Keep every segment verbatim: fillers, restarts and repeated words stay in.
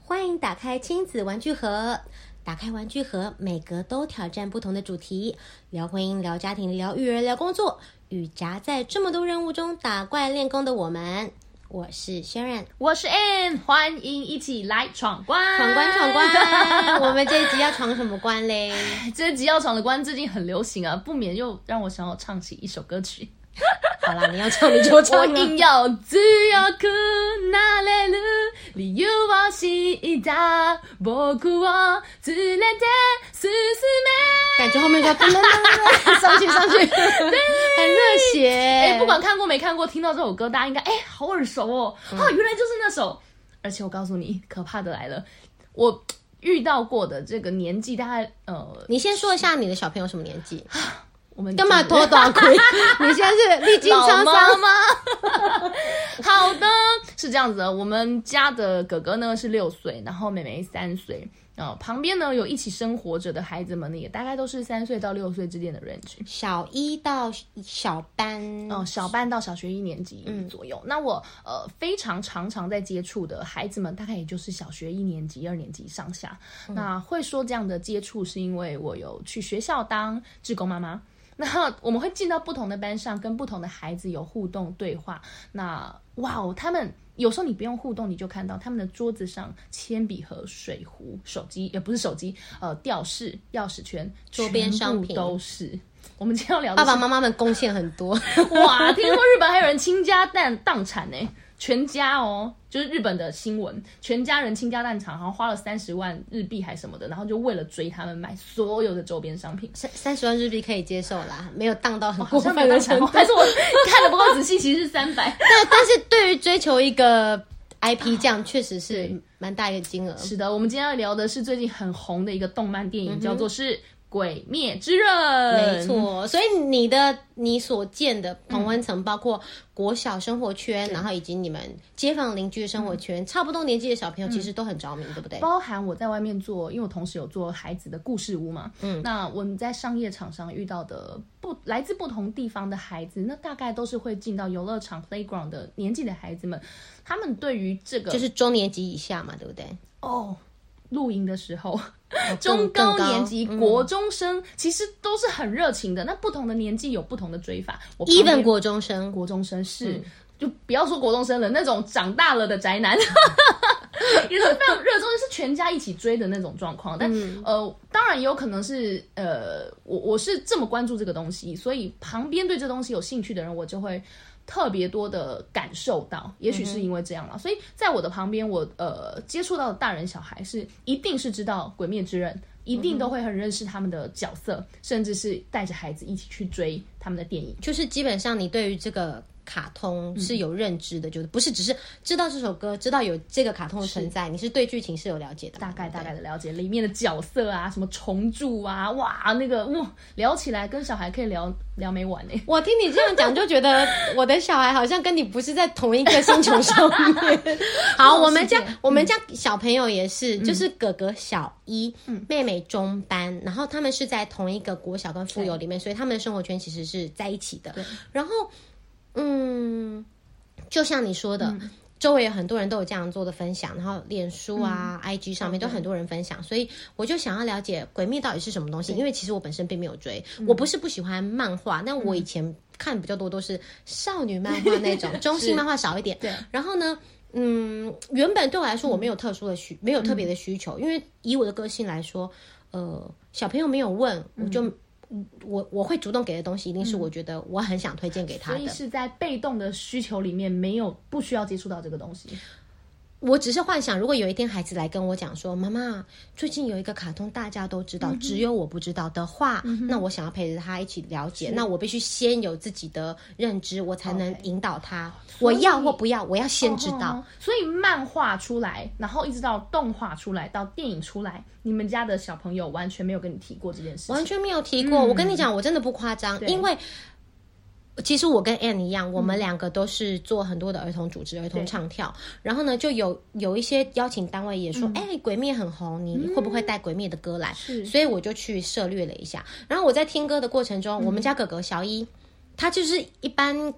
欢迎打开亲子玩具盒。打开玩具盒，每格都挑战不同的主题，聊婚姻，聊家庭，聊育儿，聊工作，与夹在这么多任务中打怪练功的我们。我是 Sharon， 我是 Ann， 欢迎一起来闯关， 闯关闯关。我们这一集要闯什么关嘞？ 这一集要闯的关最近很流行啊，不免又让我想要唱起一首歌曲。 好啦，你要唱你就唱、啊、 我硬要強くなれる理由を知った僕を連れて進め， 感觉后面就噔噔噔上去上去，很热血。 哎、欸，不管看过没看过，听到这首歌，大家应该哎、欸、好耳熟哦，啊、嗯，原来就是那首。而且我告诉你，可怕的来了，我遇到过的这个年纪大概呃， 你先说一下你的小朋友什么年纪？ 我们干嘛拖短裤？你现在是历经沧桑吗？好的，是这样子的。我们家的哥哥呢是六岁，然后妹妹三岁。呃，旁边呢有一起生活着的孩子们呢，也大概都是三岁到六岁之间的range， 小一到小班， 哦、呃，小班到小学一年级左右。嗯、那我呃非常常常在接触的孩子们，大概也就是小学一年级、二年级上下。嗯、那会说这样的接触，是因为我有去学校当志工妈妈。那我们会进到不同的班上，跟不同的孩子有互动对话。那哇哦，他们有时候你不用互动，你就看到他们的桌子上铅笔盒、水壶、手机，也不是手机，呃，吊饰、钥匙圈， 周边商品都是。我们今天要聊的是爸爸妈妈们贡献很多。 哇，听说日本还有人倾家荡荡产呢、欸。全家哦，就是日本的新闻，全家人倾家荡产，好像花了三十万日币还什么的，然后就为了追他们买所有的周边商品。 三三十万日币可以接受啦，没有荡到很过分的程度。 还是我看得不够仔细，其实是三百。 但但是对于追求一个 I P 这样，确实是蛮大一个金额。 是的，我们今天要聊的是最近很红的一个动漫电影，嗯、叫做是。鬼灭之刃， 没错。所以你的你所见的同温层，包括国小生活圈，嗯、然后以及你们街坊邻居的生活圈，嗯、差不多年纪的小朋友其实都很着迷，嗯、对不对？ 包含我在外面做，因为我同时有做孩子的故事屋嘛。嗯，那我们在商业场上遇到的不来自不同地方的孩子，那大概都是会进到游乐场 playground 的年纪的孩子们，他们对于这个就是中年级以下嘛，对不对？ 哦。露营的时候，哦、中高年级、嗯、国中生其实都是很热情的。那不同的年纪有不同的追法。我 even 国中生， 国中生是、嗯、就不要说国中生了，那种长大了的宅男也是非常热衷，是全家一起追的那种状况。但、嗯、呃，当然也有可能是呃，我我是这么关注这个东西，所以旁边对这东西有兴趣的人，我就会。特别多的感受到，也许是因为这样啦、嗯、所以在我的旁边，我呃接触到的大人小孩是一定是知道《鬼灭之刃》，一定都会很认识他们的角色，嗯、甚至是带着孩子一起去追他们的电影。 就是基本上你对于这个卡通是有认知的，嗯、就是不是只是知道这首歌，知道有这个卡通的存在，是你是对剧情是有了解的， 大概大概的了解里面的角色啊，什么虫柱啊，哇，那个哇，聊起来跟小孩可以聊聊没完哎。 我听你这样讲，就觉得我的小孩好像跟你不是在同一个星球上面。好，我们家、嗯、我们家小朋友也是，嗯、就是哥哥小一，嗯、妹妹中班，然后他们是在同一个国小跟附幼里面，所以他们的生活圈其实是在一起的。然后。嗯，就像你说的，嗯、周围有很多人都有这样做的分享，然后脸书啊、嗯、I G 上面都很多人分享，所以我就想要了解鬼灭到底是什么东西。因为其实我本身并没有追，嗯、我不是不喜欢漫画，但我以前看比较多都是少女漫画那种，中性漫画少一点。对，然后呢，嗯，原本对我来说我没有特殊的需，嗯、没有特别的需求，因为以我的个性来说，呃，小朋友没有问，我就。嗯我我会主动给的东西，一定是我觉得我很想推荐给他的， 所以是在被动的需求里面没有不需要接触到这个东西。 我只是幻想，如果有一天孩子来跟我讲说，妈妈，最近有一个卡通大家都知道，嗯、只有我不知道的话，嗯、那我想要陪着他一起了解，那我必须先有自己的认知，我才能引导他。Okay. 我要或不要，我要先知道。 哦哦所以漫画出来，然后一直到动画出来，到电影出来，你们家的小朋友完全没有跟你提过这件事情， 完全没有提过。嗯、我跟你讲，我真的不夸张，因为。其实我跟 Ann 一样，我们两个都是做很多的儿童组织、嗯、儿童唱跳，然后呢，就有有一些邀请单位也说，哎、嗯欸，鬼灭很红，你会不会带鬼灭的歌来？嗯、所以我就去涉略了一下。然后我在听歌的过程中，嗯、我们家哥哥小一，他就是一般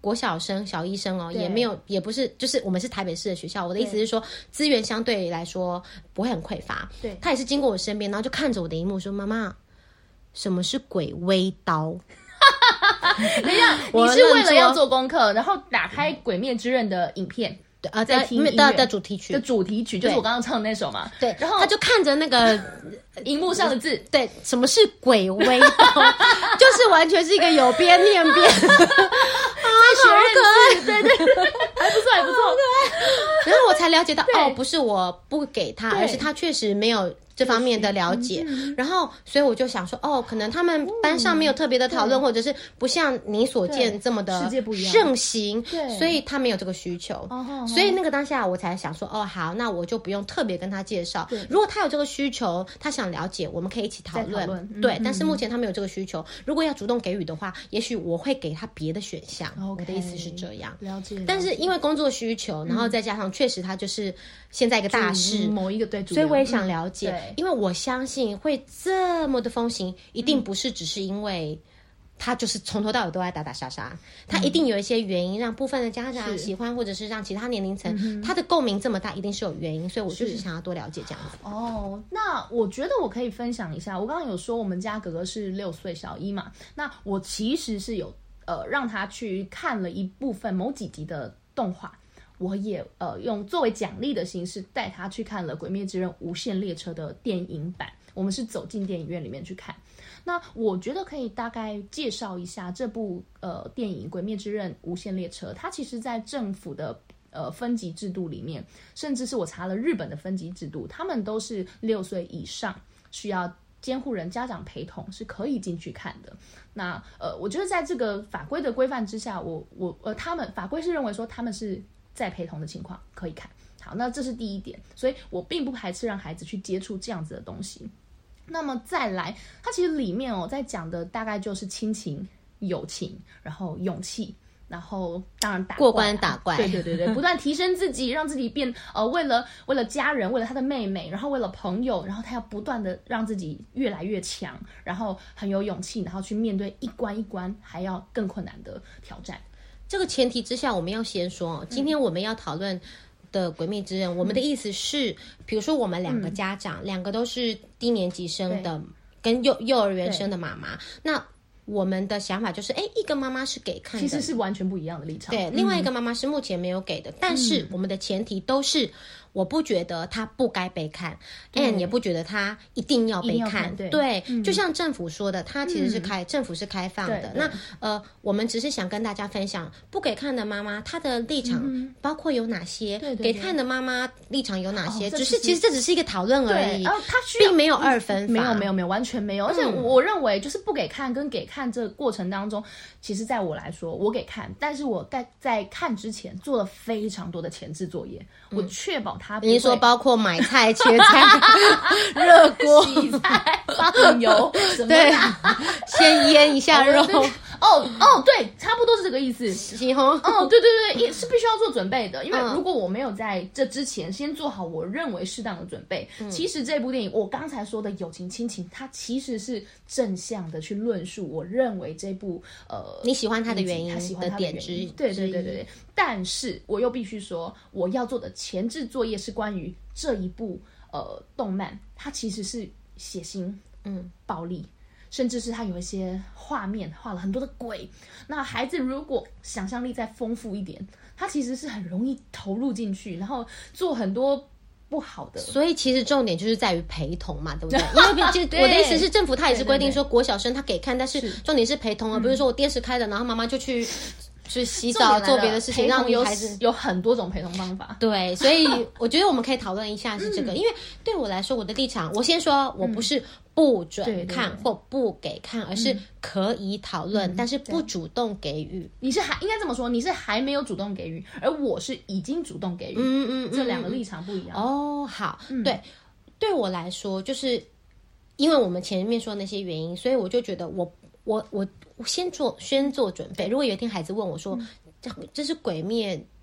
国小生、小一生哦，也没有，也不是，就是我们是台北市的学校。我的意思是说，资源相对来说不会很匮乏。 对， 他也是经过我身边，然后就看着我的荧幕说：“妈妈，什么是鬼微刀？” 等一下，你是为了要做功课，然后打开《鬼灭之刃》的影片。 呃， 在听音乐的主题曲的主题曲，就是我刚刚唱的那首嘛。 对， 然后他就看着那个荧幕上的字， 对，什么是鬼微刀？就是完全是一个有边念边，啊， 好可爱，对对，还不错，还不错。 然后我才了解到，哦，不是我不给他，而是他确实没有这方面的了解。然后，所以我就想说，哦，可能他们班上没有特别的讨论，或者是不像你所见这么的盛行，所以他没有这个需求。所以那个当下我才想说，哦，好，那我就不用特别跟他介绍。如果他有这个需求，他想了解，我们可以一起讨论。对，但是目前他没有这个需求。如果要主动给予的话，也许我会给他别的选项。我的意思是这样。 了解。 但是因为工作需求，然后再加上确实他就是现在一个大事， 某一个对， 所以我也想了解。因为我相信会这么的风行，一定不是只是因为他就是从头到尾都在打打杀杀，他一定有一些原因让部分的家长喜欢，或者是让其他年龄层他的共鸣这么大，一定是有原因，所以我就是想要多了解这样子。 哦，那我觉得我可以分享一下，我刚刚有说我们家哥哥是六岁小一嘛，那我其实是有呃让他去看了一部分某几集的动画。我也呃用作为奖励的形式带他去看了《鬼灭之刃：无限列车》的电影版，我们是走进电影院里面去看。那我觉得可以大概介绍一下这部呃电影《鬼灭之刃：无限列车》，它其实在政府的呃分级制度里面，甚至是我查了日本的分级制度，他们都是六岁以上需要监护人家长陪同是可以进去看的。那呃，我觉得在这个法规的规范之下，我我呃他们法规是认为说他们是在陪同的情况可以看。好，那这是第一点，所以我并不排斥让孩子去接触这样子的东西。那么再来，它其实里面哦在讲的大概就是亲情、友情，然后勇气，然后当然打怪、啊、 过关打怪， 对对对对，不断提升自己，让自己变呃为了为了家人，为了他的妹妹，然后为了朋友，然后他要不断的让自己越来越强，然后很有勇气，然后去面对一关一关还要更困难的挑战。 这个前提之下，我们要先说哦，今天我们要讨论的《鬼灭之刃》，嗯，我们的意思是，比如说我们两个家长，嗯，两个都是低年级生的，跟幼幼儿园生的妈妈，那我们的想法就是，哎，一个妈妈是给看的， 其实是完全不一样的立场。 对，另外一个妈妈是目前没有给的，嗯，但是我们的前提都是，我不觉得他不该被看 ，and 也不觉得他一定要被看。 看对， 对嗯， 就像政府说的，他其实是开，嗯，政府是开放的。那呃，我们只是想跟大家分享，不给看的妈妈她的立场包括有哪些， 对对对， 给看的妈妈立场有哪些， 哦， 只是其实这只是一个讨论而已， 哦，他需并没有二分法， 没有没有没有完全没有。而且我认为，就是不给看跟给看这个过程当中，其实在我来说，我给看，但是我在在看之前做了非常多的前置作业，嗯，我确保他不会。 你说包括买菜、切菜、热锅、 洗菜、放油，什么的， 对，先腌一下肉。 哦哦，对，差不多是这个意思。 喜红， 哦，对对对，也是必须要做准备的，因为如果我没有在这之前先做好我认为适当的准备，嗯，其实这部电影我刚才说的友情亲情，它其实是正向的去论述我认为这部呃你喜欢它的原因， 他喜欢它的点之， 对对对对对。但是我又必须说，我要做的前置作业是关于这一部呃动漫，它其实是血腥、嗯暴力。甚至是他有一些画面画了很多的鬼，那孩子如果想象力再丰富一点，他其实是很容易投入进去，然后做很多不好的。 所以其实重点就是在于陪同嘛，对不对？因为就我的意思是，政府他也是规定说国小生他给看，但是重点是陪同，而不是说我电视开了，然后妈妈就去。去洗澡做别的事情，让女孩子有很多种陪同方法。 对，所以我觉得我们可以讨论一下是这个，嗯，因为对我来说，我的立场，我先说，我不是不准看或不给看，嗯，而是可以讨论，嗯，但是不主动给予。 你是还应该这么说，你是还没有主动给予，而我是已经主动给予。嗯嗯，这两个立场不一样。 哦，好，嗯，对，对我来说，就是因为我们前面说的那些原因，所以我就觉得我我我。我先做先做准备。如果有一天孩子问我说：“嗯、这是鬼灭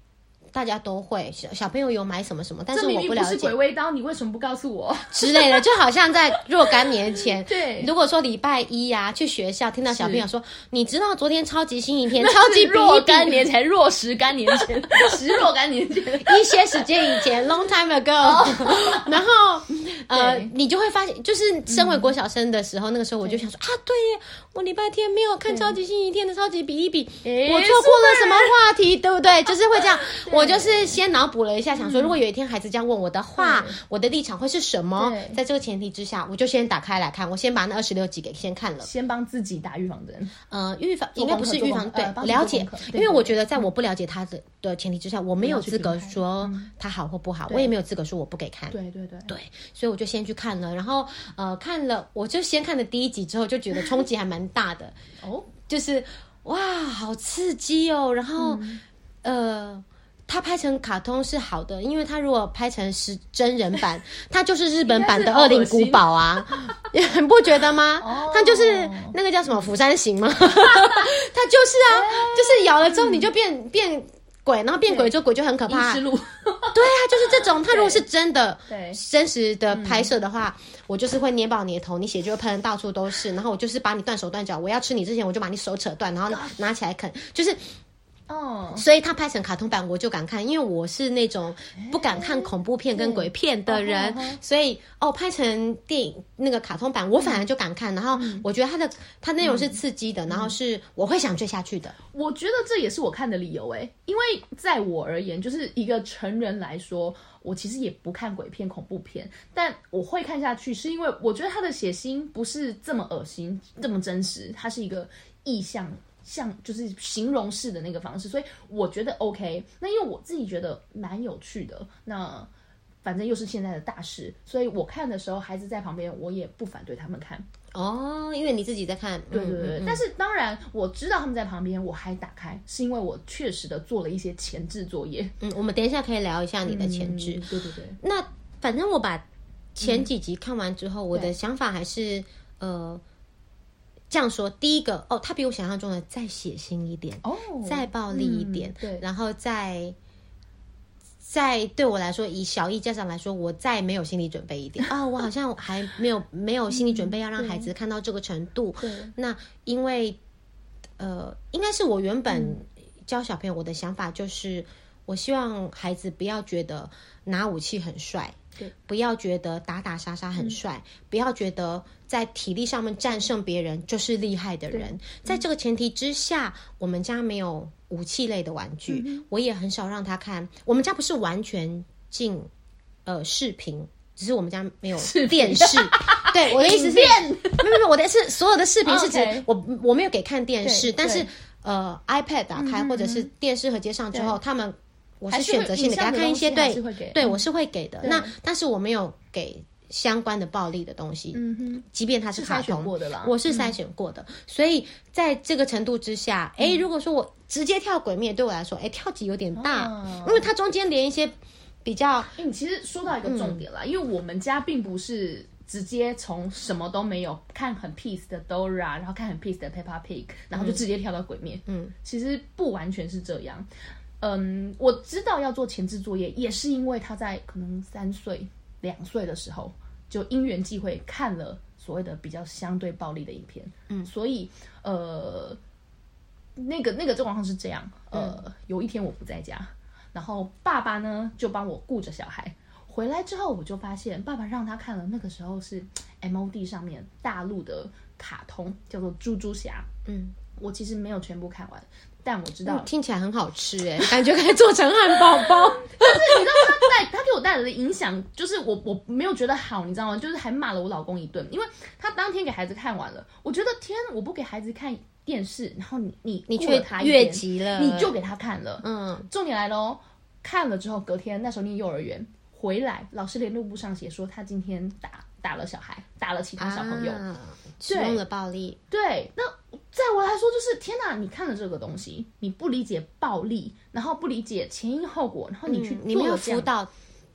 大家都会，小小朋友有买什么什么，但是我不了解。 这明明不是鬼味刀，你为什么不告诉我之类的？就好像在若干年前， 对， 如果说礼拜一呀、啊、去学校，听到小朋友说，你知道昨天超级星期天，超级比若干年前，若十干年前，十若干年前， 一些时间以前 ，long time ago 。然后呃，你就会发现，就是身为国小生的时候，嗯、那个时候我就想说啊，对耶，我礼拜天没有看超级星期天的超级比一比，我错过了什么话题，对不对？就是会这样。我就是先脑补了一下，想说如果有一天孩子这样问我的话，我的立场会是什么？在这个前提之下，我就先打开来看，我先把那二十六集给先看了， 先帮自己打预防针。 呃，预防应该不是预防，对，呃、了解，因为我觉得在我不了解他的的前提之下，我没有资格说他好或不好，我也没有资格说我不给看。 对对对对，所以我就先去看了，然后呃看了，我就先看了第一集之后，就觉得冲击还蛮大的哦，就是哇，好刺激哦，然后、嗯、呃。他拍成卡通是好的，因为他如果拍成是真人版，他就是日本版的《恶灵古堡》啊，你不觉得吗？哦、他就是那个叫什么《釜山行》吗？他就是啊，就是咬了之后你就变变鬼，然后变鬼之后鬼就很可怕。 对啊，就是这种。他如果是真的、真实的拍摄的话，我就是会捏爆你的头，你血就会喷得到处都是，然后我就是把你断手断脚，我要吃你之前我就把你手扯断，然后拿起来啃，就是。哦，所以他拍成卡通版我就敢看，因为我是那种不敢看恐怖片跟鬼片的人，欸、所以哦拍成电影那个卡通版我反而就敢看，嗯、然后我觉得它的它内容是刺激的，嗯、然后是我会想追下去的。 我觉得这也是我看的理由哎，因为在我而言，就是一个成人来说，我其实也不看鬼片、恐怖片，但我会看下去，是因为我觉得它的血腥不是这么恶心、这么真实，它是一个意象。像就是形容式的那个方式，所以我觉得 OK。那因为我自己觉得蛮有趣的，那反正又是现在的大事，所以我看的时候，孩子在旁边，我也不反对他们看。 哦，因为你自己在看， 对对对。嗯嗯、但是当然，我知道他们在旁边，我还打开，是因为我确实的做了一些前置作业。 嗯，我们等一下可以聊一下你的前置。 嗯、对对对。 那反正我把前几集看完之后，嗯、我的想法还是呃。这样说，第一个哦，他比我想象中的再血腥一点，哦，再暴力一点，嗯、对，然后再再对我来说，以小一家长来说，我再没有心理准备一点啊、哦，我好像还没有没有心理准备要让孩子看到这个程度。对，那因为呃，应该是我原本教小朋友，我的想法就是，我希望孩子不要觉得拿武器很帅。不要觉得打打杀杀很帅、嗯、不要觉得在体力上面战胜别人就是厉害的人。在这个前提之下，我们家没有武器类的玩具、嗯、我也很少让他看。我们家不是完全禁呃视频，只是我们家没有电视。对，我的意思是没有没有，我的是所有的视频是指、okay. 我我没有给看电视，但是呃 iPad 打开、嗯、或者是电视盒接上之后，他们我是选择性的给他看一些，对对，我是会给的。那但是我没有给相关的暴力的东西，嗯哼，即便它是卡通，我是筛选过的。嗯、所以在这个程度之下，哎、嗯，如果说我直接跳鬼灭，对我来说，哎，跳级有点大，哦、因为它中间连一些比较， 哎，你其实说到一个重点啦，嗯、因为我们家并不是直接从什么都没有看很 peace 的 Dora， 然后看很 peace 的 Peppa Pig， 然后就直接跳到鬼灭，嗯，其实不完全是这样。嗯，我知道要做前置作业，也是因为他在可能三岁、两岁的时候，就因缘际会看了所谓的比较相对暴力的影片。嗯，所以呃，那个那个状况是这样。呃，嗯、有一天我不在家，然后爸爸呢就帮我顾着小孩。回来之后，我就发现爸爸让他看了那个时候是 M O D 上面大陆的卡通，叫做《猪猪侠》。嗯，我其实没有全部看完。但我知道、 嗯、听起来很好吃哎，感觉可以做成汉堡包。 但是你知道他带他给我带来的影响，就是我我没有觉得好，你知道吗？就是还骂了我老公一顿，因为他当天给孩子看完了，我觉得天，我不给孩子看电视，然后你你你却越级了， 你就给他看了。嗯，重点来了哦，看了之后隔天那时候念幼儿园回来，老师联络簿上写说他今天打打了小孩，打了其他小朋友。啊， 使用了暴力。 对，那在我来说就是天哪，你看了这个东西，你不理解暴力，然后不理解前因后果，然后你去做、嗯、 你没有辅导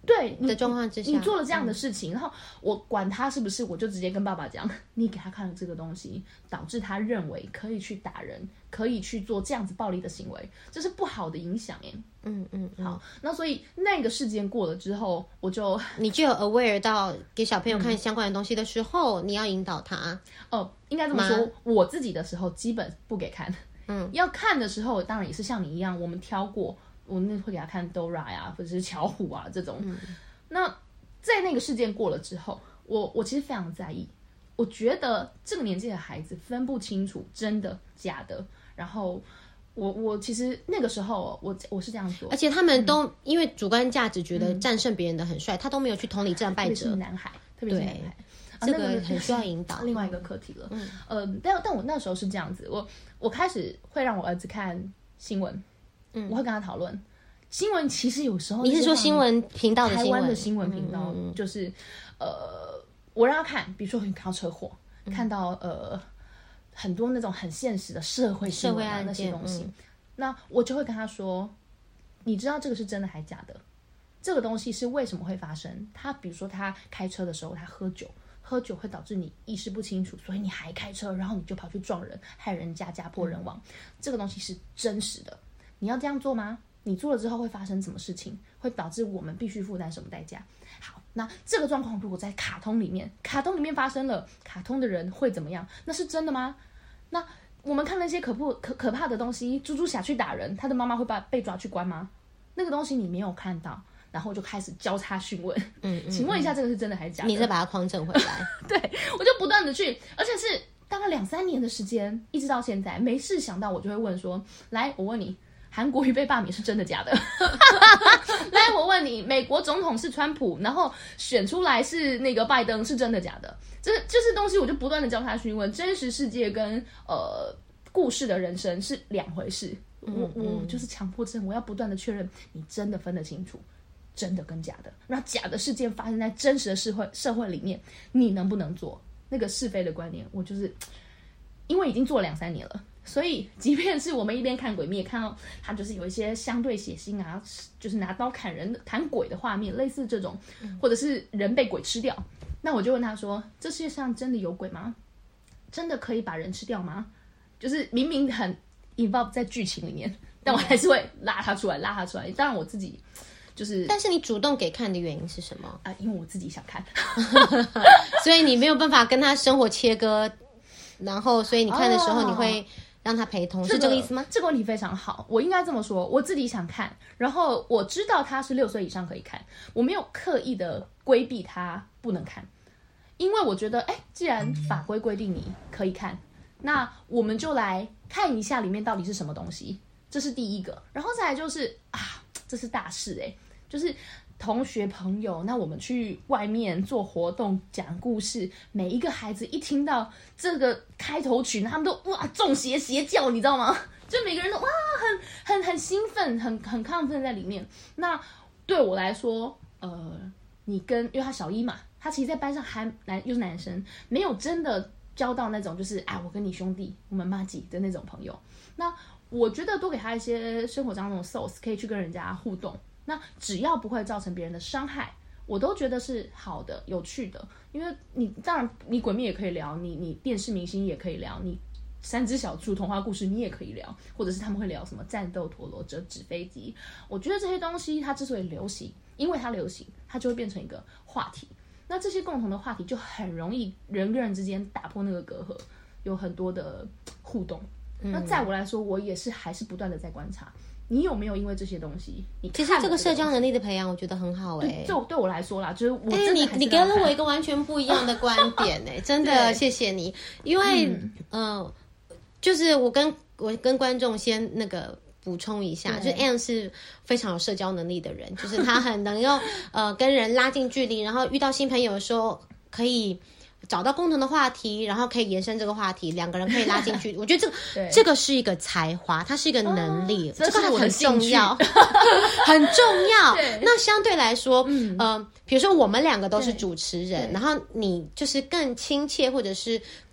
对的状况之下， 你做了这样的事情，嗯、然后我管他是不是，我就直接跟爸爸讲，你给他看了这个东西，导致他认为可以去打人，可以去做这样子暴力的行为，这是不好的影响耶。 嗯嗯, 嗯， 好，那所以那个事件过了之后，我就你就有 aware 到给小朋友看相关的东西的时候，嗯、你要引导他。 哦，应该这么说，我自己的时候基本不给看，嗯，要看的时候，当然也是像你一样，我们挑过。我那会给他看 Dora 呀，或者是巧虎啊这种。嗯、那在那个事件过了之后，我我其实非常在意。我觉得这个年纪的孩子分不清楚真的假的。然后我我其实那个时候我我是这样做， 而且他们都、嗯、因为主观价值觉得战胜别人的很帅、嗯，他都没有去同理战败者。 特别是男孩，特别是男孩。 这个很需要引导， 另外一个课题了。嗯，呃，但但我那时候是这样子，我我开始会让我儿子看新闻。嗯，我会跟他讨论新闻。其实有时候你是说新闻频道的新闻， 台湾的新闻频道，嗯、就是，呃，我让他看，比如说你看到车祸，嗯、看到呃很多那种很现实的社会新闻啊那些东西，嗯、那我就会跟他说，你知道这个是真的还是假的？这个东西是为什么会发生？他比如说他开车的时候他喝酒，喝酒会导致你意识不清楚，所以你还开车，然后你就跑去撞人，害人家家破人亡，嗯、这个东西是真实的。你要这样做吗？你做了之后会发生什么事情？会导致我们必须负担什么代价？好，那这个状况如果在卡通里面，卡通里面发生了，卡通的人会怎么样？那是真的吗？那我们看那些可不可可怕的东西，猪猪侠去打人，他的妈妈会把被抓去关吗？那个东西你没有看到，然后就开始交叉询问，嗯, 嗯, 嗯，请问一下这个是真的还是假的？ 你再把它匡正回来。 对，我就不断的去，而且是大概两三年的时间，一直到现在，没事想到我就会问说，来，我问你。韩国瑜被罢免是真的假的？来，我问你，美国总统是川普，然后选出来是那个拜登，是真的假的？这这些东西我就不断的交叉询问，真实世界跟呃故事的人生是两回事。我我就是强迫症，我要不断的确认你真的分得清楚真的跟假的，然后假的事件发生在真实的社会社会里面，你能不能做那个是非的观念？我就是因为已经做了两三年了。所以即便是我们一边看鬼灭看到他就是有一些相对血腥啊，就是拿刀砍人砍鬼的画面，类似这种，或者是人被鬼吃掉，那我就问他说，这世界上真的有鬼吗？真的可以把人吃掉吗？就是明明很 involve 在剧情里面，但我还是会拉他出来拉他出来。当然我自己就是但是你主动给看的原因是什么啊、呃？因为我自己想看所以你没有办法跟他生活切割，然后所以你看的时候你会、哦让他陪同、这个、是这个意思吗？ 这个问题非常好，我应该这么说，我自己想看，然后我知道他是六岁以上可以看，我没有刻意的规避他不能看，因为我觉得，哎，既然法规规定你可以看，那我们就来看一下里面到底是什么东西，这是第一个，然后再来就是啊，这是大事哎、欸，就是同学朋友，那我们去外面做活动讲故事，每一个孩子一听到这个开头曲，他们都哇中邪邪叫，你知道吗？就每个人都哇很很很兴奋，很很亢奋在里面。那对我来说，呃，你跟因为他小一嘛，他其实在班上还男又是男生，没有真的交到那种就是啊我跟你兄弟我们麻吉的那种朋友。那我觉得多给他一些生活当中的 source， 可以去跟人家互动。那只要不会造成别人的伤害，我都觉得是好的、有趣的。因为你当然，你鬼灭也可以聊，你你电视明星也可以聊，你三只小猪童话故事你也可以聊，或者是他们会聊什么战斗陀螺、折纸飞机。我觉得这些东西它之所以流行，因为它流行，它就会变成一个话题。那这些共同的话题就很容易人跟人之间打破那个隔阂，有很多的互动。嗯、那在我来说，我也是还是不断的在观察。你有没有因为这些东西？你其实这个社交能力的培养，我觉得很好哎、欸。 对，对我来说啦，就是我真的、欸、你你给了我一个完全不一样的观点哎、欸，真的谢谢你。因为嗯、呃，就是我跟我跟观众先那个补充一下，就是 Anne 是非常有社交能力的人，就是他很能够呃跟人拉近距离，然后遇到新朋友的时候可以找到共同的话题，然后可以延伸这个话题，两个人可以拉进去。我觉得这个这个是一个才华，它是一个能力，哦、这个很重要，很重要。那相对来说，嗯、呃，比如说我们两个都是主持人，然后你就是更亲切或者是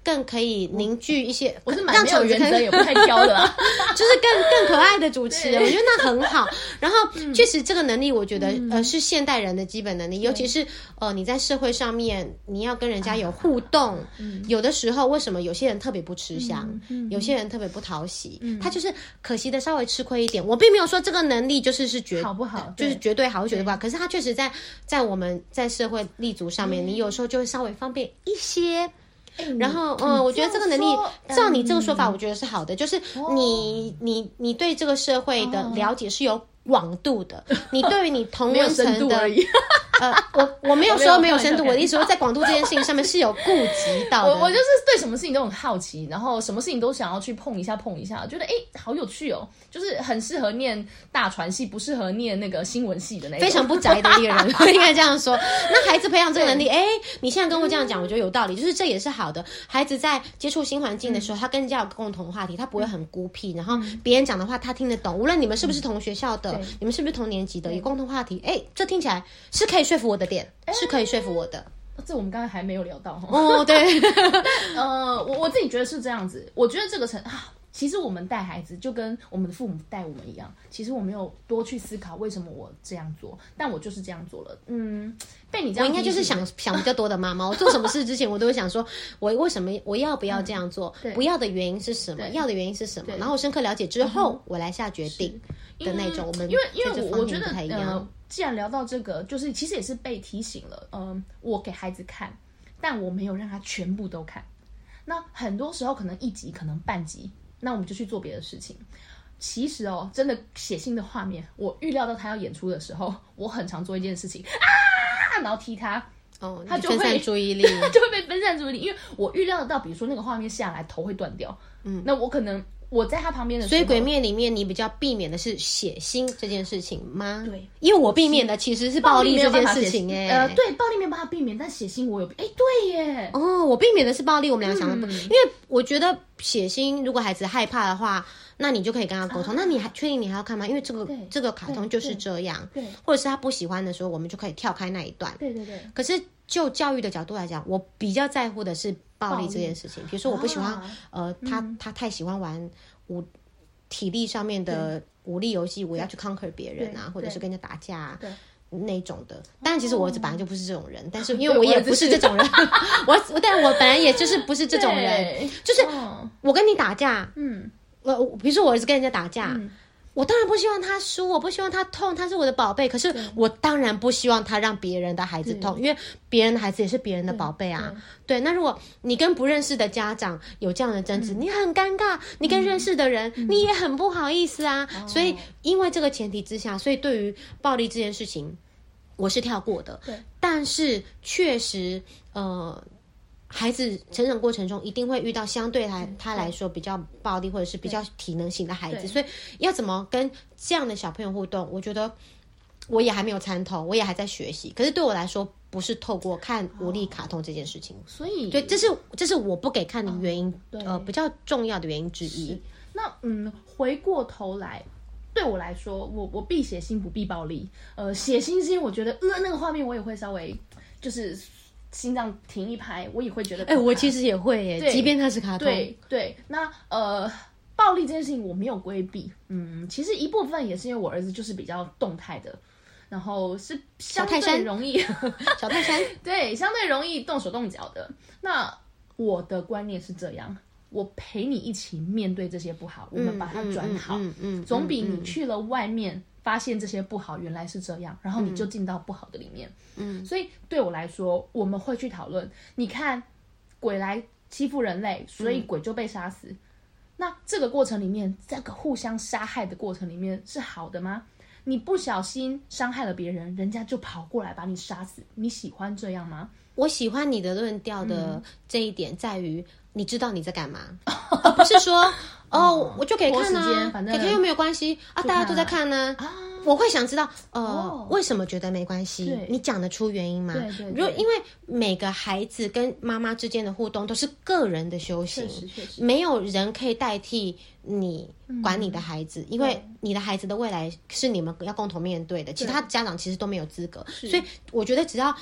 更可以凝聚一些， 我是蛮没有原则也不太挑的啦就是更更可爱的主持人，我觉得那很好。然后确实这个能力我觉得、嗯、呃是现代人的基本能力，尤其是呃你在社会上面你要跟人家有互动、嗯、有的时候为什么有些人特别不吃香、嗯嗯、有些人特别不讨喜、嗯、他就是可惜的稍微吃亏一点。我并没有说这个能力就是是绝好不好， 就是绝对好绝对不好，可是他确实在在我们在社会立足上面、嗯、你有时候就会稍微方便一些。欸、然后嗯，我觉得这个能力照你这个说法我觉得是好的、嗯、就是你、哦、你你对这个社会的了解是有广度的、哦、你对于你同温层的呃，我我没有说没有深度，我的意思说在广度这件事情上面是有顾及到的。 我我就是对什么事情都很好奇，然后什么事情都想要去碰一下碰一下，觉得哎好有趣哦，就是很适合念大传系，不适合念那个新闻系的那种。 非常不宅的一个人，应该这样说。那孩子培养这个能力，哎，你现在跟我这样讲，我觉得有道理，就是这也是好的。孩子在接触新环境的时候，嗯、他跟人家有共同话题，他不会很孤僻，然后别人讲的话他听得懂，无论你们是不是同学校的，你们是不是同年级的，有共同话题，哎，这听起来是可以说服我的点。是可以说服我的， 这我们刚才还没有聊到哦。对， 但呃，我我自己觉得是这样子。我觉得这个成啊，其实我们带孩子就跟我们的父母带我们一样，其实我没有多去思考为什么我这样做，但我就是这样做了。嗯，被你这样， 我应该就是想想比较多的妈妈。我做什么事之前，我都会想说，我为什么我要不要这样做？嗯、不要的原因是什么？要的原因是什么？然后深刻了解之后，嗯、我来下决定的那种。我们因为因为我觉得不太一样。 呃既然聊到这个，就是其实也是被提醒了。嗯、呃，我给孩子看，但我没有让他全部都看。那很多时候可能一集，可能半集，那我们就去做别的事情。其实哦，真的血腥的画面，我预料到他要演出的时候，我很常做一件事情啊，然后踢他。 哦， 他就会分散注意力， 就会被分散注意力，因为我预料得到，比如说那个画面下来，头会断掉。嗯，那我可能。我在他旁边的时候， 所以鬼灭里面你比较避免的是血腥这件事情吗？ 对， 因为我避免的其实是暴力这件事情哎、 欸。呃，对，暴力没有办法避免，但血腥我有，哎、欸，对耶。 哦，我避免的是暴力，我们俩想的不、嗯，因为我觉得血腥，如果孩子害怕的话，那你就可以跟他沟通、啊。那你还确定你还要看吗？因为这个这个卡通就是这样，对，或者是他不喜欢的时候，我们就可以跳开那一段。 对对对。 可是就教育的角度来讲，我比较在乎的是暴力这件事情。比如说，我不喜欢、啊、呃，他、嗯、他太喜欢玩武。体力上面的武力游戏，我要去 conquer 别人啊，或者是跟人家打架、啊、那种的。当然，其实我儿子本来就不是这种人，但是因为我也不是这种人，我但我本来也就是不是这种人，就是我跟你打架，嗯，我比如说我儿子跟人家打架。嗯，我当然不希望他输，我不希望他痛，他是我的宝贝。可是我当然不希望他让别人的孩子痛，因为别人的孩子也是别人的宝贝啊。对，对，那如果你跟不认识的家长有这样的争执，嗯、你很尴尬；你跟认识的人，嗯、你也很不好意思啊。嗯、所以，因为这个前提之下，所以对于暴力这件事情，我是跳过的。对，但是确实，呃。孩子成长过程中一定会遇到相对来他来说比较暴力或者是比较体能型的孩子，所以要怎么跟这样的小朋友互动，我觉得我也还没有参透，我也还在学习。可是对我来说，不是透过看武力卡通这件事情，哦、 所以对，这是这是我不给看的原因，哦、呃，比较重要的原因之一。 那嗯，回过头来。对我来说，我我避血腥不避暴力。呃，血腥是因为我觉得，呃，那个画面我也会稍微就是心脏停一拍，我也会觉得。 哎、欸，我其实也会耶，即便它是卡通。 对对，那呃，暴力这件事情我没有规避。嗯，其实一部分也是因为我儿子就是比较动态的，然后是相对容易小泰山， 对，相对容易动手动脚的。那我的观念是这样。我陪你一起面对这些不好，我们把它转好，嗯嗯嗯嗯、总比你去了外面发现这些不好原来是这样，然后你就进到不好的里面。嗯，所以对我来说，我们会去讨论。你看，鬼来欺负人类，所以鬼就被杀死。嗯、那这个过程里面，这个互相杀害的过程里面是好的吗？你不小心伤害了别人，人家就跑过来把你杀死，你喜欢这样吗？ 我喜欢你的论调的这一点在于。你知道你在干嘛，而不是说哦，我就给看啊，给看又没有关系啊，大家都在看呢、啊。我会想知道，呃，哦、为什么觉得没关系？你讲得出原因吗？对对对。如果因为每个孩子跟妈妈之间的互动都是个人的修行，确实确实，没有人可以代替你管你的孩子，嗯、因为你的孩子的未来是你们要共同面对的，其他家长其实都没有资格。所以我觉得只要。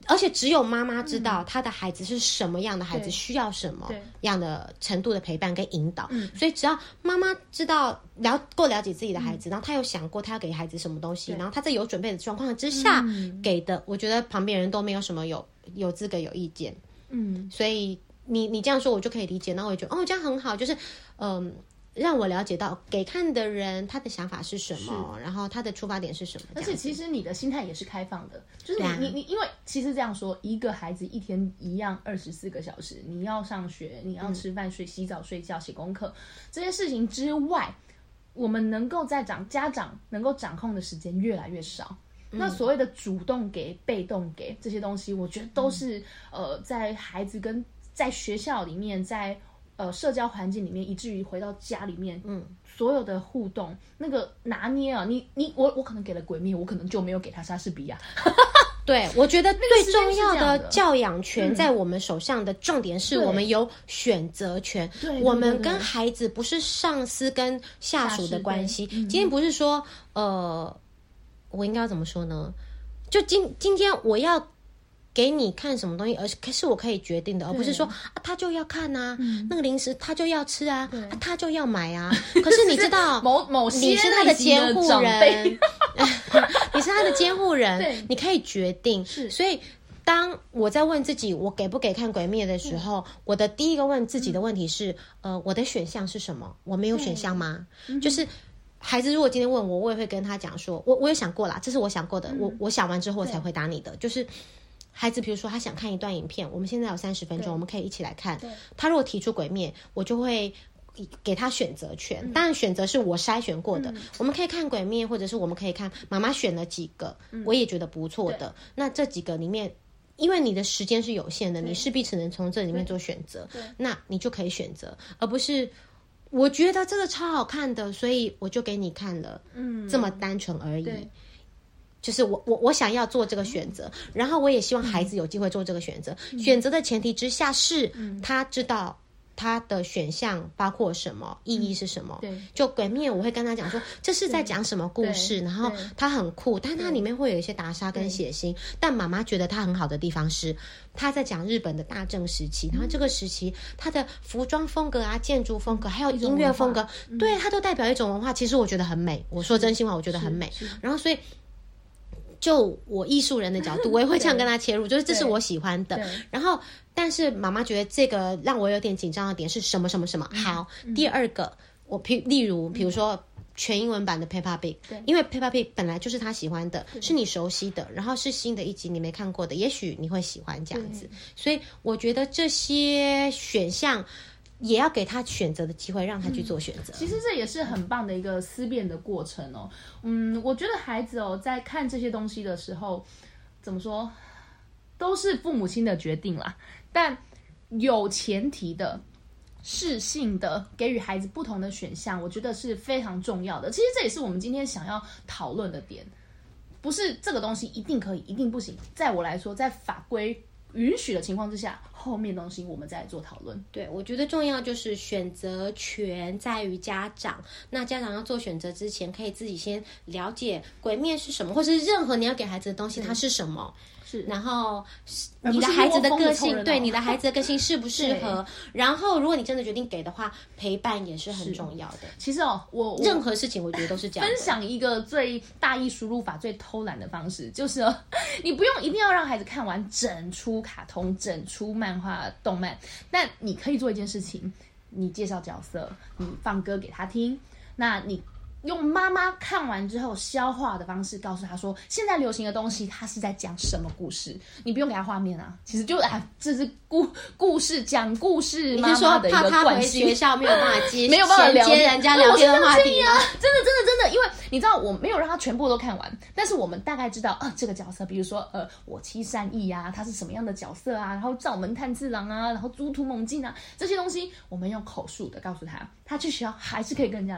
而且只有妈妈知道她的孩子是什么样的孩子， 对需要什么对样的程度的陪伴跟引导。 嗯所以只要妈妈知道了够了解自己的孩子，然后她有想过她要给孩子什么东西， 对然后她在有准备的状况之下嗯给的，我觉得旁边人都没有什么有有资格有意见。 嗯， 所以你你这样说我就可以理解，然后我也觉得哦这样很好，就是嗯。让我了解到给看的人他的想法是什么，然后他的出发点是什么。 而且其实你的心态也是开放的，就是你、 啊、 你你，因为其实这样说，一个孩子一天一样二十四个小时，你要上学，你要吃饭、睡、洗澡、睡觉、写功课这些事情之外，我们能够在掌家长能够掌控的时间越来越少。那所谓的主动给、被动给这些东西，我觉得都是、嗯、呃，在孩子跟在学校里面，在呃社交环境里面，以至于回到家里面，嗯，所有的互动那个拿捏啊，你你我我可能给了鬼灭，我可能就没有给他莎士比亚。 对，我觉得最重要的教养权在我们手上的重点是我们有选择权。 对， 我们跟孩子不是上司跟下属的关系。今天不是说呃，我应该要怎么说呢？就今今天我要给你看什么东西，而是是我可以决定的，而不是说啊他就要看啊、嗯，那个零食他就要吃啊，啊他就要买啊。可是你知道， 某某些你是他的监护人，你是他的监护人，你可以决定。 是， 所以当我在问自己我给不给看鬼灭的时候，我的第一个问自己的问题是，呃，我的选项是什么？我没有选项吗？就是孩子如果今天问我，我也会跟他讲说，我我也想过啦，这是我想过的，嗯、我我想完之后我才回答你的，就是。孩子比如说他想看一段影片，我们现在有三十分钟，我们可以一起来看。他如果提出鬼灭，我就会给他选择权、嗯、当然选择是我筛选过的、嗯、我们可以看鬼灭，或者是我们可以看妈妈选了几个、嗯、我也觉得不错的，那这几个里面因为你的时间是有限的，你势必只能从这里面做选择，那你就可以选择，而不是我觉得这个超好看的所以我就给你看了、嗯、这么单纯而已。就是我我我想要做这个选择，然后我也希望孩子有机会做这个选择、嗯、选择的前提之下是、嗯、他知道他的选项包括什么、嗯、意义是什么。对，就鬼灭我会跟他讲说这是在讲什么故事，然后它很酷，但它里面会有一些打杀跟血腥，但妈妈觉得它很好的地方是他在讲日本的大正时期、嗯、然后这个时期他的服装风格啊、建筑风格还有音乐风格、嗯、对，它都代表一种文化，其实我觉得很美，我说真心话我觉得很美。然后所以就我艺术人的角度我也会这样跟他切入就是这是我喜欢的，然后但是妈妈觉得这个让我有点紧张的点是什么什么什么、嗯、好、嗯、第二个我例如比如说全英文版的 Peppa Pig， 因为 Peppa Pig 本来就是他喜欢的，是你熟悉的，然后是新的一集你没看过的，也许你会喜欢这样子，所以我觉得这些选项也要给他选择的机会，让他去做选择、嗯。 其实这也是很棒的一个思辨的过程哦。嗯，我觉得孩子哦，在看这些东西的时候，怎么说，都是父母亲的决定啦。但有前提的、适性的给予孩子不同的选项，我觉得是非常重要的。其实这也是我们今天想要讨论的点，不是这个东西一定可以，一定不行。在我来说，在法规允许的情况之下，后面东西我们再来做讨论。 对，我觉得重要就是选择权在于家长，那家长要做选择之前可以自己先了解鬼灭是什么，或是任何你要给孩子的东西它是什么，是，然后你的孩子的个性，对你的孩子的个性适不适合，然后如果你真的决定给的话，陪伴也是很重要的。 其实哦，我任何事情我觉得都是这样的。 分享一个最大意输入法最偷懒的方式，就是哦，你不用一定要让孩子看完整出卡通、整出漫画、动漫，但你可以做一件事情，你介绍角色，你放歌给他听，那你用妈妈看完之后消化的方式告诉他说现在流行的东西它是在讲什么故事，你不用给他画面啊，其实就啊这是故故事讲故事妈妈的一个惯性。你是说怕他回学校没有办法接没有办法聊接人家聊天的话题吗？ 真的真的真的，因为你知道我没有让他全部都看完，但是我们大概知道啊这个角色，比如说呃我妻善逸啊，他是什么样的角色啊，然后灶门炭治郎啊，然后猪突猛进啊，这些东西我们用口述的告诉他，他去学校还是可以跟人家聊。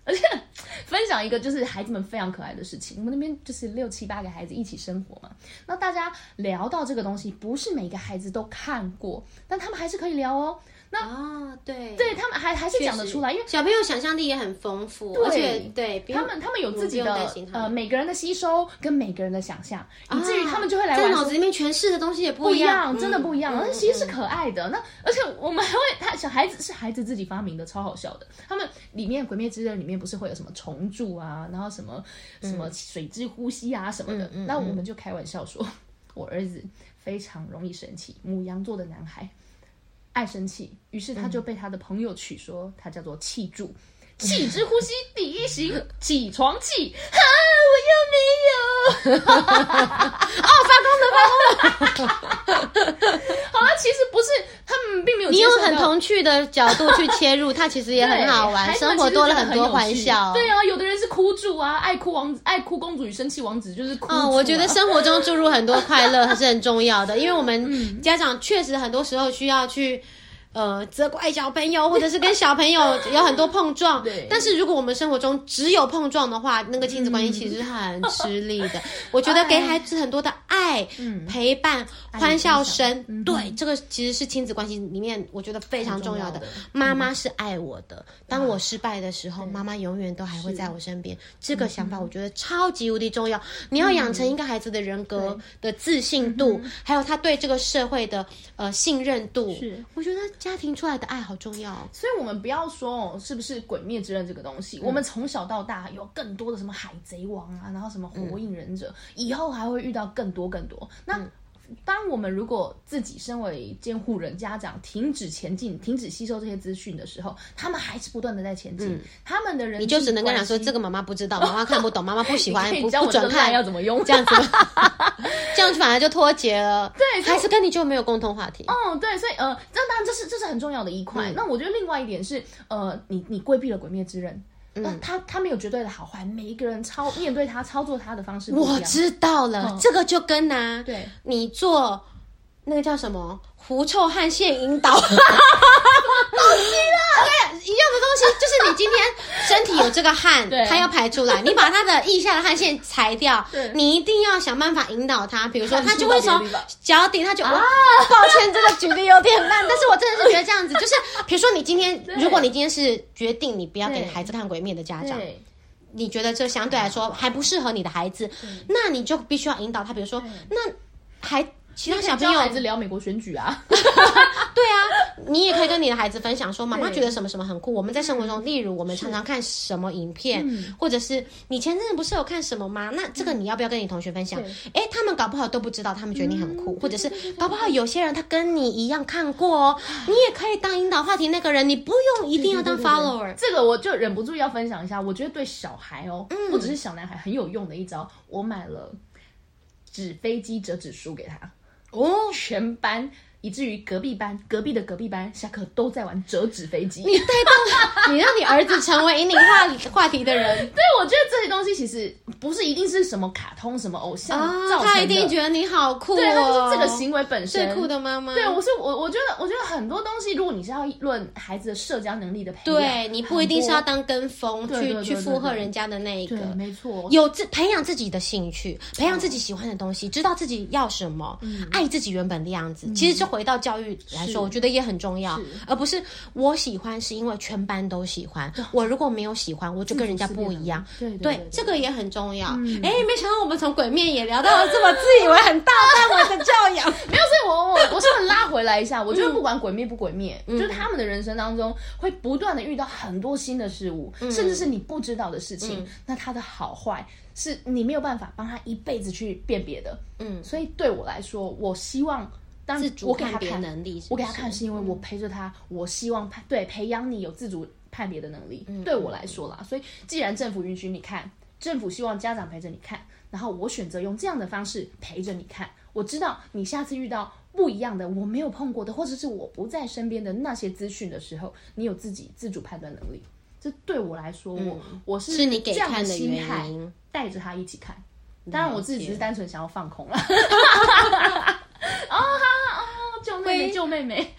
而且分享一个就是孩子们非常可爱的事情，我们那边就是六七八个孩子一起生活嘛，那大家聊到这个东西，不是每个孩子都看过，但他们还是可以聊哦。那哦，对， 对他们还还是讲得出来，因为小朋友想象力也很丰富，而且对他们他们有自己的呃每个人的吸收跟每个人的想象，以至于他们就会来玩， 在脑子里面诠释的东西也不一样， 真的不一样。而且其实是可爱的。那而且我们还会，他小孩子是孩子自己发明的，超好笑的。他们里面《鬼灭之刃》里面不是会有什么虫蛀啊，然后什么什么水之呼吸啊什么的，那我们就开玩笑说，我儿子非常容易生气，牡羊座的男孩。爱生气，于是他就被他的朋友取说他叫做气柱，气之呼吸第一型，起床气。哈，我又没有。哦，发功了，发功了。好了，其实不是，他们并没有。 你用很童趣的角度去切入，它其实也很好玩，生活多了很多欢笑。 对啊，有的人是哭柱啊，爱哭王子、爱哭公主与生气王子就是哭柱、啊。 嗯，我觉得生活中注入很多快乐还是很重要的，因为我们家长确实很多时候需要去。呃，责怪小朋友，或者是跟小朋友有很多碰撞。 对。 但是如果我们生活中只有碰撞的话，那个亲子关系其实是很吃力的。我觉得给孩子很多的爱、嗯、陪伴、欢笑声，嗯、对，这个其实是亲子关系里面我觉得非常重要的。妈妈是爱我的，嗯、当我失败的时候，妈妈永远都还会在我身边。这个想法我觉得超级无敌重要。你要养成一个孩子的人格的自信度，嗯、还有他对这个社会的呃信任度，是我觉得。家庭出来的爱好重要， 所以我们不要说哦，是不是《鬼灭之刃》这个东西，嗯、我们从小到大有更多的什么海贼王啊，然后什么火影忍者，嗯、以后还会遇到更多更多。那、嗯、当我们如果自己身为监护人、家长停止前进、停止吸收这些资讯的时候，他们还是不断的在前进。嗯、他们的人你就只能跟他说，这个妈妈不知道，妈妈看不懂，妈妈不喜欢，不不准看要怎么用， 这样子。这样反而就脱节了， 对， 还是跟你就没有共同话题。 嗯，对，所以呃，这当然这是这是很重要的一块。嗯、那我觉得另外一点是，呃，你你规避了鬼灭之刃，那、嗯、他他没有绝对的好坏，每一个人操面对他操作他的方式不一样。 我知道了，嗯、这个就跟啊， 对， 你做那个叫什么狐臭汗腺引导。 东西啦， 对，一样的东西，就是你今天身体有这个汗，它要排出来，你把它的腋下的汗腺裁掉，你一定要想办法引导它。比如说，它就会从脚底，它就啊，抱歉，这个举例有点烂，但是我真的是觉得这样子，就是比如说你今天，如果你今天是决定你不要给孩子看鬼灭的家长。你觉得这相对来说还不适合你的孩子，那你就必须要引导他。比如说，那还其他小朋友孩子聊美国选举啊， 对啊，你也可以跟你的孩子分享说，妈妈觉得什么什么很酷。我们在生活中，例如我们常常看什么影片，或者是你前阵子不是有看什么吗？那这个你要不要跟你同学分享？哎，他们搞不好都不知道，他们觉得你很酷，或者是搞不好有些人他跟你一样看过哦，你也可以当引导话题那个人，你不用一定要当 follower。 这个我就忍不住要分享一下，我觉得对小孩哦，不只是小男孩很有用的一招，我买了纸飞机折纸书给他。哦，全班以至于隔壁班、隔壁的隔壁班下课都在玩折纸飞机。 你带动，你让你儿子成为引领话话题的人。 对，我觉得这些东西其实不是一定是什么卡通、什么偶像造成的， 他一定觉得你好酷哦。 对，他就是这个行为本身最酷的妈妈。 对，我是我，我觉得，我觉得很多东西，如果你是要论孩子的社交能力的培养，对你不一定是要当跟风去去附和人家的那一个， 没错。 有自培养自己的兴趣，培养自己喜欢的东西，知道自己要什么，爱自己原本的样子。其实就回到教育来说，我觉得也很重要，而不是我喜欢是因为全班都喜欢，我如果没有喜欢，我就跟人家不一样。 对对对， 这个也很重要。哎，没想到我们从鬼面也聊到了这么自以为很大范围的教养。 没有，所以我我我是不是拉回来一下？我觉得不管鬼灭不鬼灭，就是他们的人生当中会不断的遇到很多新的事物，甚至是你不知道的事情。那它的好坏是你没有办法帮他一辈子去辨别的。嗯，所以对我来说，我希望。当自主判别能力是不是， 我给他看是因为我陪着他，嗯、我希望对培养你有自主判别的能力。嗯、对我来说啦，所以既然政府允许你看，政府希望家长陪着你看，然后我选择用这样的方式陪着你看。我知道你下次遇到不一样的、我没有碰过的，或者是我不在身边的那些资讯的时候，你有自己自主判断能力。这对我来说，嗯、我我是是你给看的心态，带着他一起看。当然，我自己只是单纯想要放空了。哦，好好哦，救妹妹，救妹妹， 回回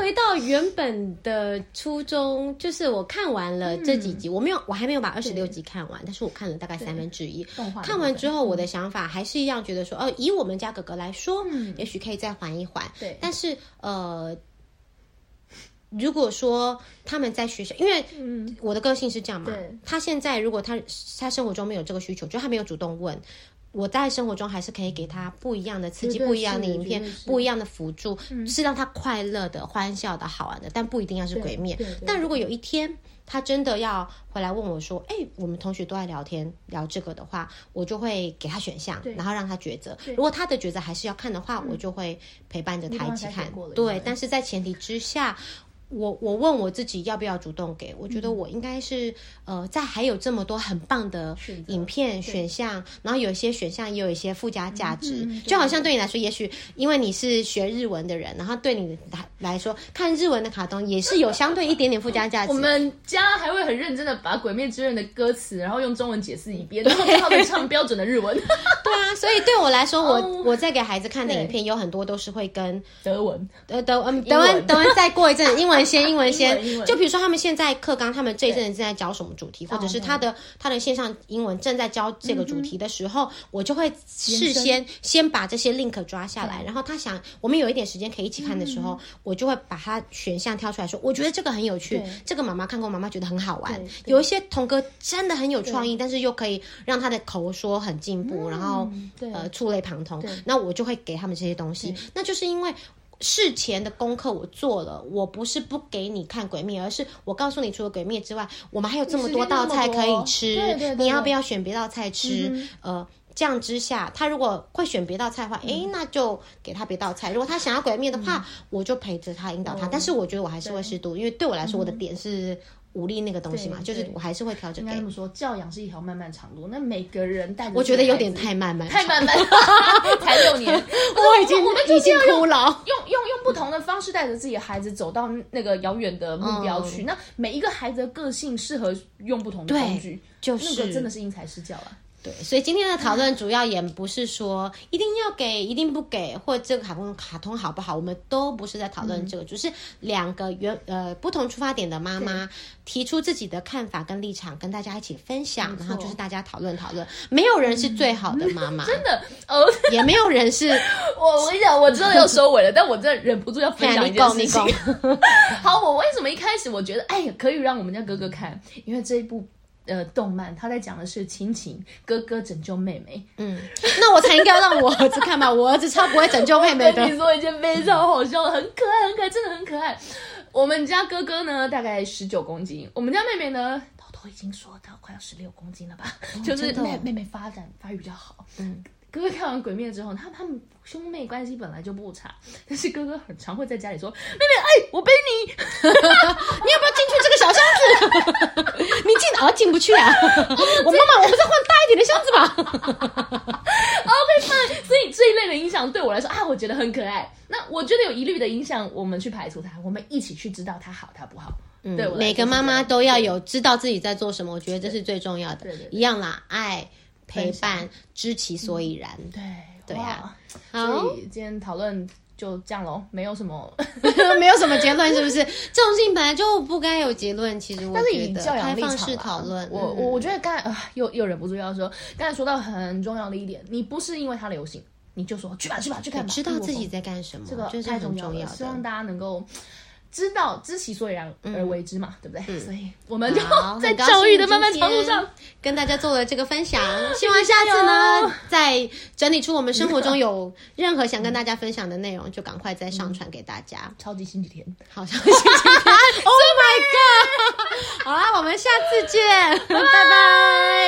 回到原本的初衷，就是我看完了这几集，嗯、我没有，我还没有把二十六集看完，但是我看了大概三分之一。看完之后，我的想法还是一样，觉得说，哦，以我们家哥哥来说，嗯、也许可以再缓一缓。对，但是呃。如果说他们在学校，因为我的个性是这样嘛，他现在如果他他生活中没有这个需求，就他没有主动问，我在生活中还是可以给他不一样的刺激，不一样的影片，不一样的辅助，嗯、是让他快乐的、欢笑的、好玩的，但不一定要是鬼灭。但如果有一天他真的要回来问我说，哎、欸，我们同学都在聊天聊这个的话，我就会给他选项，然后让他抉择。如果他的抉择还是要看的话，我就会陪伴着他一起看。对，但是在前提之下。我我问我自己要不要主动给，我觉得我应该是、嗯、呃，在还有这么多很棒的影片选项，然后有一些选项也有一些附加价值、嗯，就好像对你来说，也许因为你是学日文的人，然后对你来说看日文的卡通也是有相对一点点附加价值。 我们家还会很认真的把《鬼灭之刃》的歌词，然后用中文解释一遍，然后他们唱标准的日文。 对啊，所以对我来说，我、oh, 我在给孩子看的影片有很多都是会跟德文、 呃德嗯德文德文再过一阵英文。先英文先，就比如说他们现在课纲，他们这一阵子正在教什么主题，或者是他的他的线上英文正在教这个主题的时候，嗯、我就会事先先把这些 link 抓下来，然后他想我们有一点时间可以一起看的时候，嗯、我就会把他选项挑出来说，我觉得这个很有趣，这个妈妈看过，妈妈觉得很好玩。有一些童歌真的很有创意，但是又可以让他的口说很进步，嗯、然后呃触类旁通，那我就会给他们这些东西。那就是因为。事前的功课我做了，我不是不给你看鬼灭，而是我告诉你，除了鬼灭之外，我们还有这么多道菜可以吃，对对对对，你要不要选别道菜吃？嗯、呃，这样之下，他如果会选别道菜的话，哎、嗯，那就给他别道菜。如果他想要鬼灭的话，嗯、我就陪着他引导他。嗯、但是我觉得我还是会适度，因为对我来说，我的点是。武力那个东西嘛，就是我还是会调整给。 应该这么说，教养是一条漫漫长路。那每个人带着， 我觉得有点太漫漫， 太漫漫，才六年， 我已经我们就已经哭了。 用用用不同的方式带着自己的孩子走到那个遥远的目标去。嗯、那每一个孩子的个性适合用不同的工具， 就是那个真的是因材施教了。 对，所以今天的讨论主要也不是说一定要给，一定不给，或者这个卡通卡通好不好，我们都不是在讨论这个，只、嗯、是两个原呃不同出发点的妈妈提出自己的看法跟立场，跟大家一起分享，然后就是大家讨论讨论。没有人是最好的妈妈、嗯，真的哦，也没有人是我我跟你讲，我真的要收尾了，但我真的忍不住要分享一件事情。好，我为什么一开始我觉得哎呀可以让我们家哥哥看，因为这一部。呃，动漫他在讲的是亲情，哥哥拯救妹妹。嗯， 那我才应该让我儿子看吧，我儿子超不会拯救妹妹的。 我跟你说一件非常好笑的，很可爱，很可爱，真的很可爱。我们家哥哥呢，大概十九公斤，我们家妹妹呢，偷偷已经说到快要十六公斤了吧？哦、就是妹妹妹发展发育比较好。嗯。哥哥看完《鬼灭》之后，他他们兄妹关系本来就不差，但是哥哥很常会在家里说：“妹妹，哎，我背你，你要不要进去这个小箱子？ 你进啊，进不去啊！我妈妈，我们再换大一点的箱子吧。 ”OK fine， 所以这一类的影响对我来说啊，我觉得很可爱。那我觉得有疑虑的影响，我们去排除它，我们一起去知道它好，它不好。 嗯，对，每个妈妈都要有知道自己在做什么，我觉得这是最重要的。对对对，一样啦，爱。陪伴，知其所以然。嗯、 对对呀、 啊， 所以今天讨论就这样咯，没有什么， 没有什么结论，是不是？这种事情本来就不该有结论。其实我觉得， 但是以教养立场开放式讨论， 我我我觉得刚才、呃、又又忍不住要说，刚才说到很重要的一点，你不是因为它流行，你就说去吧去吧去看吧， 知道自己在干什么， 这个太重要了。希望大家能够。知道知其所以然而为之嘛、嗯、对不对、嗯、所以我们就在教育的漫漫长路上跟大家做了这个分享，希望下次呢再整理出我们生活中有任何想跟大家分享的内容就赶快再上传给大家、嗯、 超级星期天好超级星期天Oh my god 好啦我们下次见拜拜